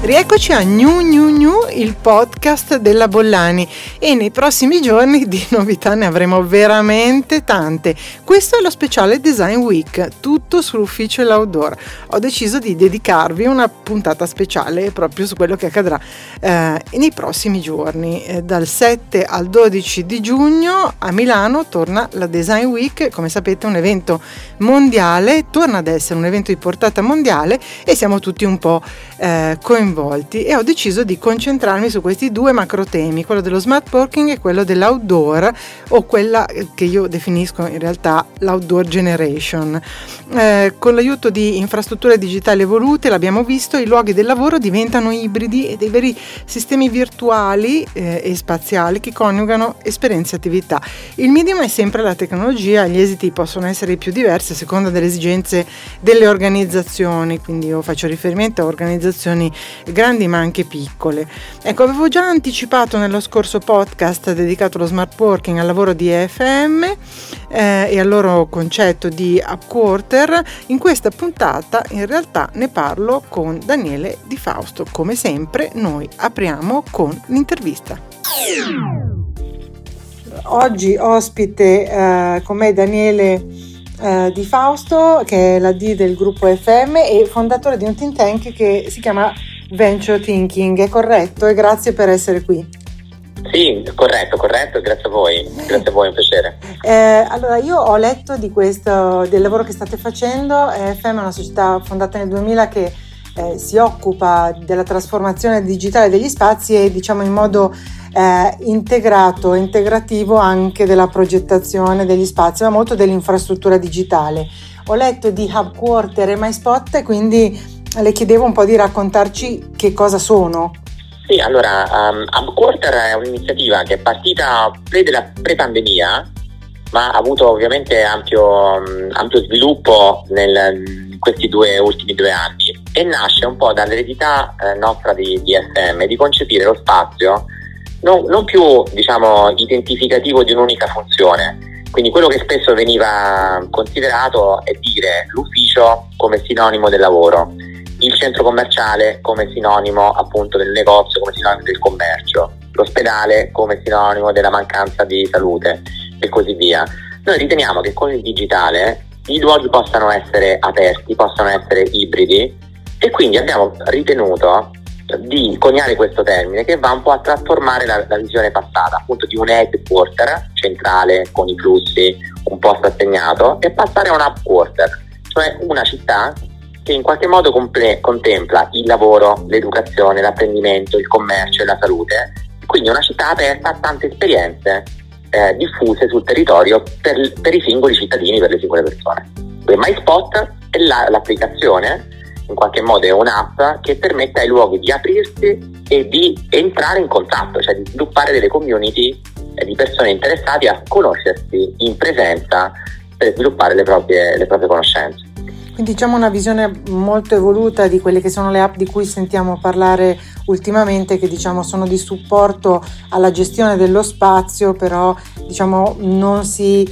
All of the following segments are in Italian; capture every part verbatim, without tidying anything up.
Rieccoci a Gnu Gnu Gnu, il podcast della Bollani, e nei prossimi giorni di novità ne avremo veramente tante. Questo è lo speciale Design Week, tutto sull'ufficio e l'outdoor. Ho deciso di dedicarvi una puntata speciale proprio su quello che accadrà eh, nei prossimi giorni. Eh, dal sette al dodici di giugno a Milano torna la Design Week, come sapete un evento mondiale, torna ad essere un evento di portata mondiale e siamo tutti un po' eh, coinvolti. E ho deciso di concentrarmi su questi due macro temi, quello dello smart working e quello dell'outdoor, o quella che io definisco in realtà l'outdoor generation. Eh, con l'aiuto di infrastrutture digitali evolute, l'abbiamo visto, i luoghi del lavoro diventano ibridi e dei veri sistemi virtuali eh, e spaziali che coniugano esperienze e attività. Il medium è sempre la tecnologia, gli esiti possono essere più diversi a seconda delle esigenze delle organizzazioni, quindi io faccio riferimento a organizzazioni grandi ma anche piccole. Ecco, avevo già anticipato nello scorso podcast dedicato allo smart working al lavoro di E F M eh, e al loro concetto di Upquarter. In questa puntata in realtà ne parlo con Daniele Di Fausto. Come sempre noi apriamo con l'intervista. Oggi ospite eh, con me Daniele eh, Di Fausto, che è la D del gruppo E F M e fondatore di un think tank che si chiama Venture Thinking, è corretto? E grazie per essere qui. Sì, corretto, corretto, grazie a voi, grazie a voi, è un piacere. Eh, allora, io ho letto di questo, del lavoro che state facendo. E F M è una società fondata nel duemila che eh, si occupa della trasformazione digitale degli spazi e diciamo in modo eh, integrato, integrativo anche della progettazione degli spazi, ma molto dell'infrastruttura digitale. Ho letto di Upquarter e MySpot, quindi le chiedevo un po' di raccontarci che cosa sono. Sì, allora, um, Upquarter è un'iniziativa che è partita pre della pre-pandemia, ma ha avuto ovviamente ampio, um, ampio sviluppo nel, in questi due ultimi due anni e nasce un po' dall'eredità eh, nostra di, di E F M, di concepire lo spazio non, non più, diciamo, identificativo di un'unica funzione. Quindi quello che spesso veniva considerato è dire l'ufficio come sinonimo del lavoro, il centro commerciale come sinonimo appunto del negozio, come sinonimo del commercio, l'ospedale come sinonimo della mancanza di salute e così via. Noi riteniamo che con il digitale i luoghi possano essere aperti, possano essere ibridi e quindi abbiamo ritenuto di coniare questo termine che va un po' a trasformare la, la visione passata appunto di un headquarter centrale con i flussi, un posto assegnato, e passare a un upquarter, cioè una città che in qualche modo comple- contempla il lavoro, l'educazione, l'apprendimento, il commercio e la salute, quindi una città aperta a tante esperienze eh, diffuse sul territorio per, per i singoli cittadini, per le singole persone. E MySpot è la, l'applicazione, in qualche modo è un'app che permette ai luoghi di aprirsi e di entrare in contatto, cioè di sviluppare delle community eh, di persone interessate a conoscersi in presenza per sviluppare le proprie, le proprie conoscenze. Quindi diciamo una visione molto evoluta di quelle che sono le app di cui sentiamo parlare ultimamente, che diciamo sono di supporto alla gestione dello spazio, però diciamo non si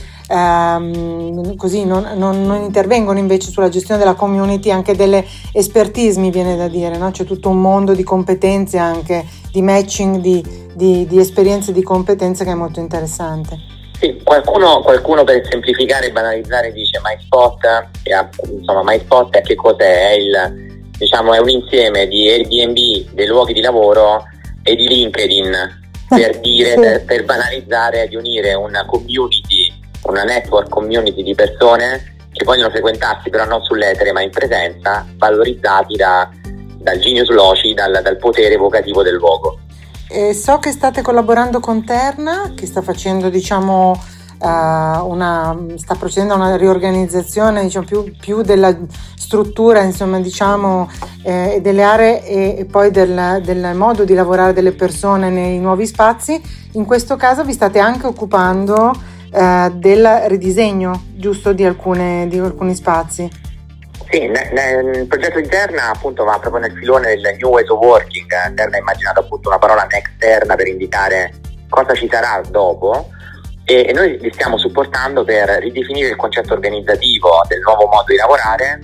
ehm, così non, non, non intervengono invece sulla gestione della community, anche delle expertise, mi viene da dire, no? C'è tutto un mondo di competenze, anche di matching di, di, di esperienze e di competenze, che è molto interessante. Sì, qualcuno, qualcuno per semplificare e banalizzare dice MySpot, e, insomma MySpot è che cos'è? È il, diciamo, è un insieme di Airbnb, dei luoghi di lavoro e di LinkedIn, per dire, sì. per, per banalizzare, di unire una community, una network community di persone che vogliono frequentarsi però non sull'etere ma in presenza, valorizzati da, dal genius loci, dal, dal potere evocativo del luogo. Eh, so che state collaborando con Terna, che sta facendo diciamo uh, una sta procedendo a una riorganizzazione, diciamo, più, più della struttura, insomma, diciamo, eh, delle aree e, e poi del, del modo di lavorare delle persone nei nuovi spazi. In questo caso vi state anche occupando uh, del ridisegno, giusto, di alcune di alcuni spazi. Sì, il progetto di Terna appunto va proprio nel filone del New Ways of Working. Terna ha immaginato appunto una parola externa per indicare cosa ci sarà dopo, e, e noi li stiamo supportando per ridefinire il concetto organizzativo del nuovo modo di lavorare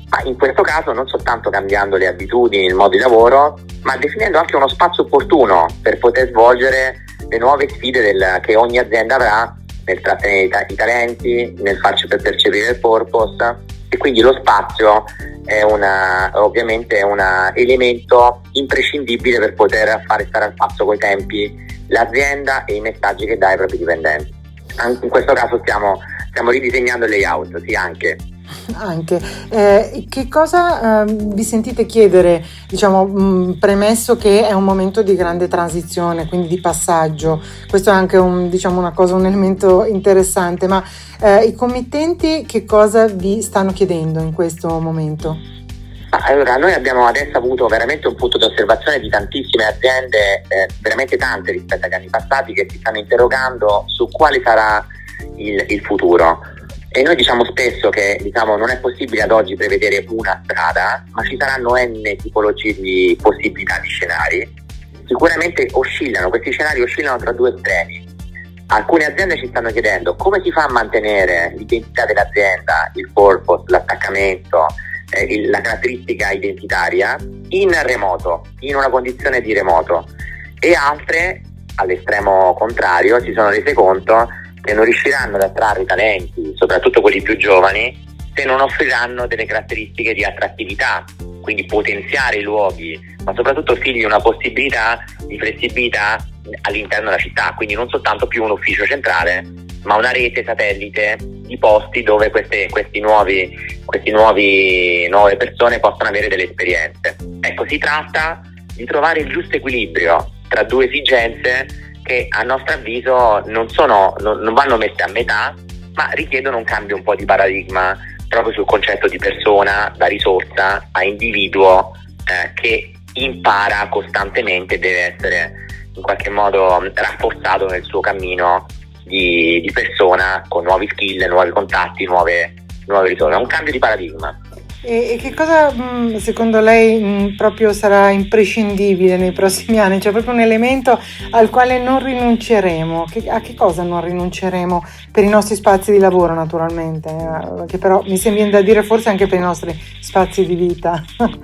Ma in questo caso non soltanto cambiando le abitudini, il modo di lavoro, ma definendo anche uno spazio opportuno per poter svolgere le nuove sfide del, che ogni azienda avrà nel trattenere i, ta- i talenti, nel farci per percepire il purpose, e quindi lo spazio è una, ovviamente un elemento imprescindibile per poter fare stare al passo coi tempi l'azienda e i messaggi che dà ai propri dipendenti. Anche in questo caso stiamo, stiamo ridisegnando il layout, sì, anche. Anche eh, che cosa eh, vi sentite chiedere, diciamo, mh, premesso che è un momento di grande transizione, quindi di passaggio, questo è anche un, diciamo, una cosa, un elemento interessante, ma eh, i committenti che cosa vi stanno chiedendo in questo momento? Allora, noi abbiamo adesso avuto veramente un punto di osservazione di tantissime aziende, eh, veramente tante rispetto agli anni passati, che si stanno interrogando su quale sarà il, il futuro. E noi diciamo spesso che diciamo, non è possibile ad oggi prevedere una strada, ma ci saranno n tipologie di possibilità di scenari. Sicuramente oscillano, questi scenari oscillano tra due estremi. Alcune aziende ci stanno chiedendo come si fa a mantenere l'identità dell'azienda, il purpose, l'attaccamento, eh, il, la caratteristica identitaria in remoto, in una condizione di remoto. E altre, all'estremo contrario, si sono rese conto che non riusciranno ad attrarre i talenti, soprattutto quelli più giovani, se non offriranno delle caratteristiche di attrattività, quindi potenziare i luoghi, ma soprattutto offrirgli una possibilità di flessibilità all'interno della città, quindi non soltanto più un ufficio centrale, ma una rete satellite di posti dove queste, questi nuovi, questi nuovi nuove persone possono avere delle esperienze. Ecco, si tratta di trovare il giusto equilibrio tra due esigenze che a nostro avviso non sono, non, non vanno messe a metà, ma richiedono un cambio un po' di paradigma proprio sul concetto di persona, da risorsa a individuo eh, che impara costantemente e deve essere in qualche modo rafforzato nel suo cammino di, di persona, con nuovi skill, nuovi contatti, nuove, nuove risorse. È un cambio di paradigma. E, e che cosa mh, secondo lei mh, proprio sarà imprescindibile nei prossimi anni? Cioè proprio un elemento al quale non rinunceremo? Che, a che cosa non rinunceremo per i nostri spazi di lavoro, naturalmente, eh, che però mi sembra da dire forse anche per i nostri spazi di vita.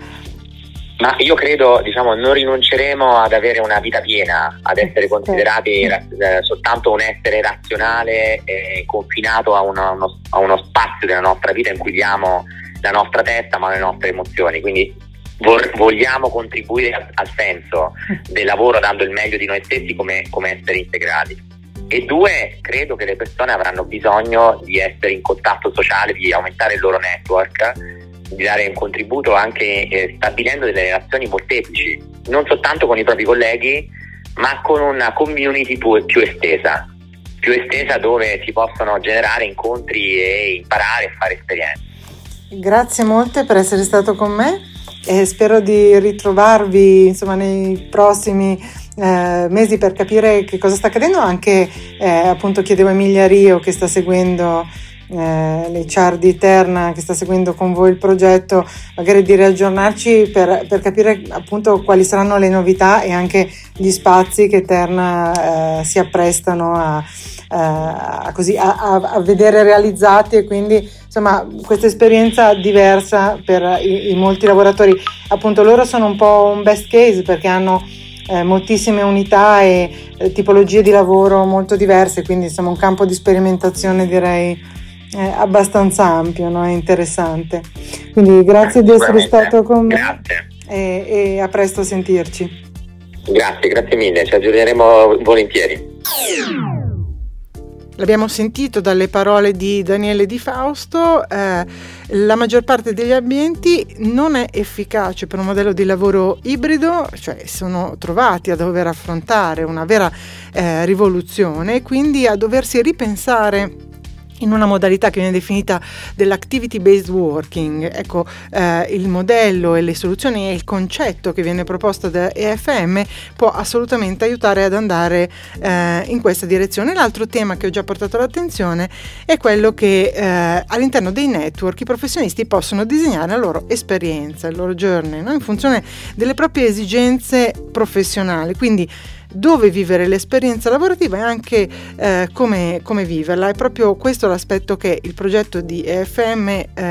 Ma io credo, diciamo, non rinunceremo ad avere una vita piena, ad essere considerati eh, soltanto un essere razionale e confinato a uno, uno, a uno spazio della nostra vita in cui diamo la nostra testa ma le nostre emozioni. Quindi vor, vogliamo contribuire al, al senso del lavoro dando il meglio di noi stessi come, come esseri integrati. E due, credo che le persone avranno bisogno di essere in contatto sociale, di aumentare il loro network, di dare un contributo anche eh, stabilendo delle relazioni molteplici, non soltanto con i propri colleghi, ma con una community più, più estesa, più estesa dove si possono generare incontri e imparare e fare esperienze. Grazie molte per essere stato con me e spero di ritrovarvi insomma nei prossimi eh, mesi per capire che cosa sta accadendo. Anche eh, appunto chiedevo a Emilia Rio, che sta seguendo eh, l'H R di Terna, che sta seguendo con voi il progetto, magari di riaggiornarci per, per capire appunto quali saranno le novità e anche gli spazi che Terna eh, si apprestano a, a, così, a, a vedere realizzati, e quindi insomma questa esperienza diversa per i, i molti lavoratori. Appunto loro sono un po' un best case perché hanno eh, moltissime unità e eh, tipologie di lavoro molto diverse, quindi insomma un campo di sperimentazione direi eh, abbastanza ampio, no? È interessante. Quindi grazie di essere stato con me. Grazie. E, e a presto a sentirci. Grazie, grazie mille, ci aggiorneremo volentieri. L'abbiamo sentito dalle parole di Daniele Di Fausto, eh, la maggior parte degli ambienti non è efficace per un modello di lavoro ibrido, cioè sono trovati a dover affrontare una vera eh, rivoluzione e quindi a doversi ripensare in una modalità che viene definita dell'activity based working. Ecco, eh, il modello e le soluzioni e il concetto che viene proposto da E F M può assolutamente aiutare ad andare eh, in questa direzione. L'altro tema che ho già portato all'attenzione è quello che eh, all'interno dei network i professionisti possono disegnare la loro esperienza, il loro journey, no? In funzione delle proprie esigenze professionali, quindi dove vivere l'esperienza lavorativa e anche eh, come, come viverla. È proprio questo l'aspetto che il progetto di E F M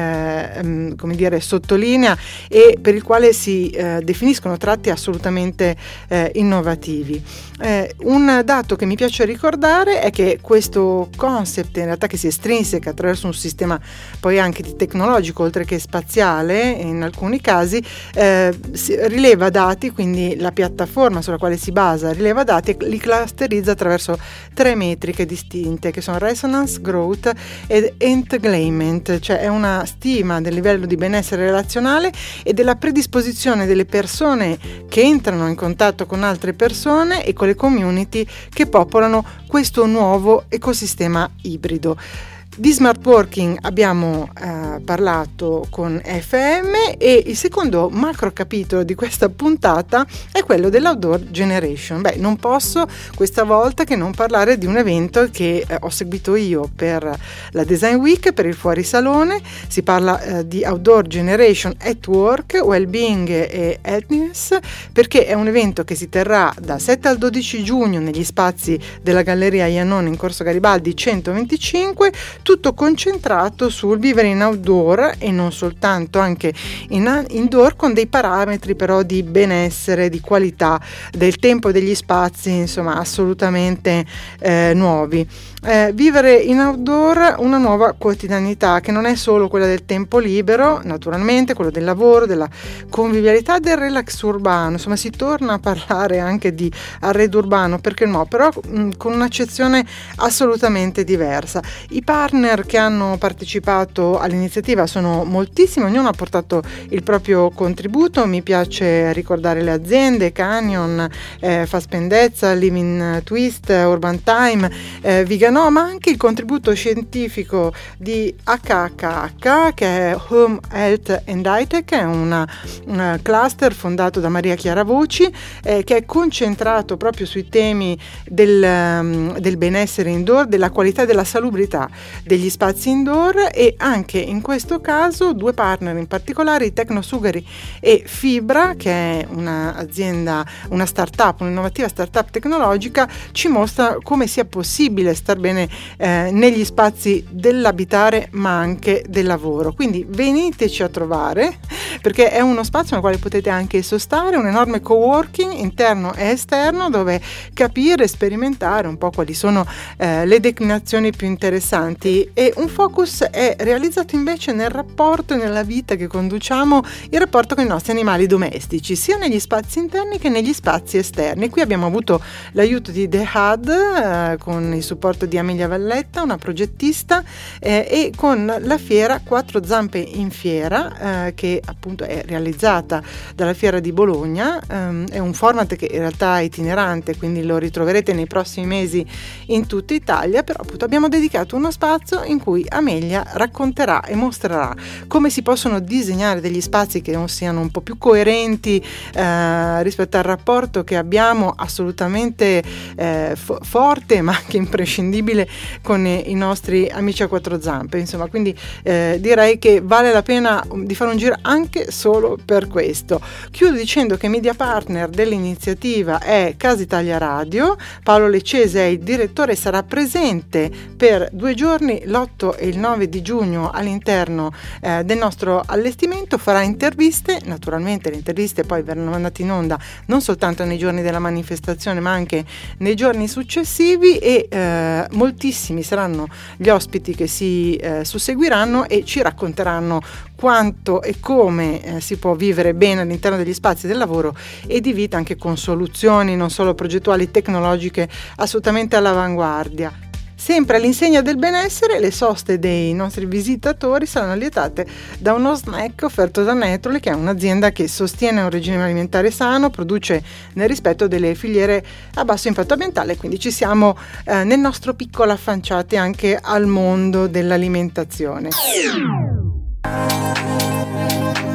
eh, come dire, sottolinea e per il quale si eh, definiscono tratti assolutamente eh, innovativi. Eh, un dato che mi piace ricordare è che questo concept in realtà che si estrinseca attraverso un sistema poi anche di tecnologico oltre che spaziale in alcuni casi, eh, si rileva dati, quindi la piattaforma sulla quale si basa rileva dati e li clusterizza attraverso tre metriche distinte che sono resonance, growth ed entanglement, cioè è una stima del livello di benessere relazionale e della predisposizione delle persone che entrano in contatto con altre persone e con le community che popolano questo nuovo ecosistema ibrido. Di smart working abbiamo eh, parlato con E F M e il secondo macro capitolo di questa puntata è quello dell'Outdoor Generation. Beh, non posso questa volta che non parlare di un evento che eh, ho seguito io per la Design Week, per il fuorisalone. Si parla eh, di Outdoor Generation at Work, Wellbeing e Healthiness, perché è un evento che si terrà dal sette al dodici giugno negli spazi della Galleria Iannone in Corso Garibaldi centoventicinque, tutto concentrato sul vivere in outdoor e non soltanto, anche in indoor, con dei parametri però di benessere, di qualità del tempo e degli spazi, insomma assolutamente eh, nuovi. Eh, vivere in outdoor una nuova quotidianità che non è solo quella del tempo libero, naturalmente quello del lavoro, della convivialità, del relax urbano, insomma si torna a parlare anche di arredo urbano, perché no, però mh, con un'accezione assolutamente diversa. I partner che hanno partecipato all'iniziativa sono moltissimi, ognuno ha portato il proprio contributo. Mi piace ricordare le aziende Canyon, eh, Faspendezza, Living Twist, Urban Time, eh, Viganò, ma anche il contributo scientifico di H H H, che è Home Health and High-Tech, è una, una cluster fondato da Maria Chiara Voci, eh, che è concentrato proprio sui temi del, um, del benessere indoor, della qualità e della salubrità degli spazi indoor, e anche in questo caso due partner in particolare, Tecnosugari e Fibra, che è un'azienda, una startup, un'innovativa startup tecnologica, ci mostra come sia possibile star bene eh, negli spazi dell'abitare ma anche del lavoro. Quindi veniteci a trovare, perché è uno spazio nel quale potete anche sostare, un enorme coworking interno e esterno dove capire, sperimentare un po' quali sono eh, le declinazioni più interessanti, e un focus è realizzato invece nel rapporto e nella vita che conduciamo, il rapporto con i nostri animali domestici, sia negli spazi interni che negli spazi esterni. Qui abbiamo avuto l'aiuto di The Hud eh, con il supporto di Amelia Valletta, una progettista, eh, e con la fiera Quattro Zampe in Fiera, eh, che appunto è realizzata dalla Fiera di Bologna. Um, è un format che in realtà è itinerante, quindi lo ritroverete nei prossimi mesi in tutta Italia, però appunto abbiamo dedicato uno spazio in cui Amelia racconterà e mostrerà come si possono disegnare degli spazi che siano un po' più coerenti eh, rispetto al rapporto che abbiamo assolutamente eh, fo- forte ma anche imprescindibile con i nostri amici a quattro zampe. Insomma, quindi eh, direi che vale la pena di fare un giro anche solo per questo. Chiudo dicendo che media partner dell'iniziativa è Casa Italia Radio. Paolo Leccese è il direttore e sarà presente per due giorni, l'otto e il nove di giugno, all'interno eh, del nostro allestimento. Farà interviste, naturalmente le interviste poi verranno mandate in onda non soltanto nei giorni della manifestazione ma anche nei giorni successivi, e eh, moltissimi saranno gli ospiti che si eh, susseguiranno e ci racconteranno quanto e come eh, si può vivere bene all'interno degli spazi del lavoro e di vita, anche con soluzioni non solo progettuali, tecnologiche assolutamente all'avanguardia. Sempre all'insegna del benessere, le soste dei nostri visitatori saranno lietate da uno snack offerto da Netroli, che è un'azienda che sostiene un regime alimentare sano, produce nel rispetto delle filiere a basso impatto ambientale, quindi ci siamo eh, nel nostro piccolo affacciati anche al mondo dell'alimentazione.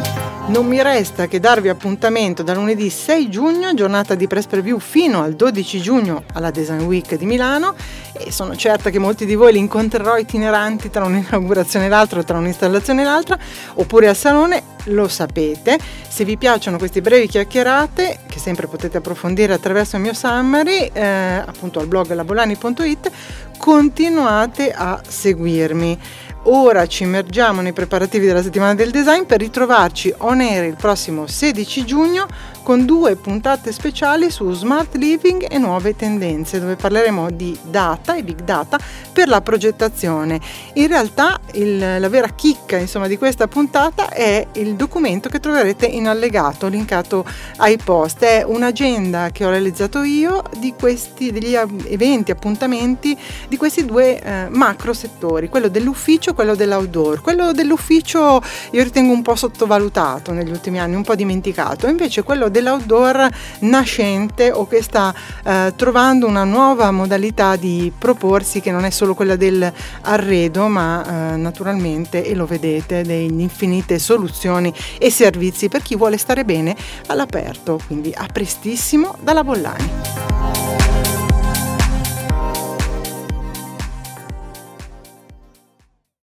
Non mi resta che darvi appuntamento da lunedì sei giugno, giornata di press preview, fino al dodici giugno alla Design Week di Milano, e sono certa che molti di voi li incontrerò itineranti tra un'inaugurazione e l'altra, tra un'installazione e l'altra, oppure al salone, lo sapete. Se vi piacciono queste brevi chiacchierate, che sempre potete approfondire attraverso il mio summary, eh, appunto al blog labolani punto it, continuate a seguirmi. Ora ci immergiamo nei preparativi della settimana del design per ritrovarci on air il prossimo sedici giugno con due puntate speciali su smart living e nuove tendenze, dove parleremo di data e big data per la progettazione. In realtà il, la vera chicca, insomma, di questa puntata è il documento che troverete in allegato, linkato ai post. È un'agenda che ho realizzato io di questi degli eventi, appuntamenti di questi due eh, macro settori, quello dell'ufficio, quello dell'outdoor. Quello dell'ufficio io ritengo un po' sottovalutato negli ultimi anni, un po' dimenticato, invece quello dell'outdoor nascente o che sta eh, trovando una nuova modalità di proporsi, che non è solo quella dell'arredo, ma eh, naturalmente, e lo vedete, delle infinite soluzioni e servizi per chi vuole stare bene all'aperto. Quindi a prestissimo dalla Bollani.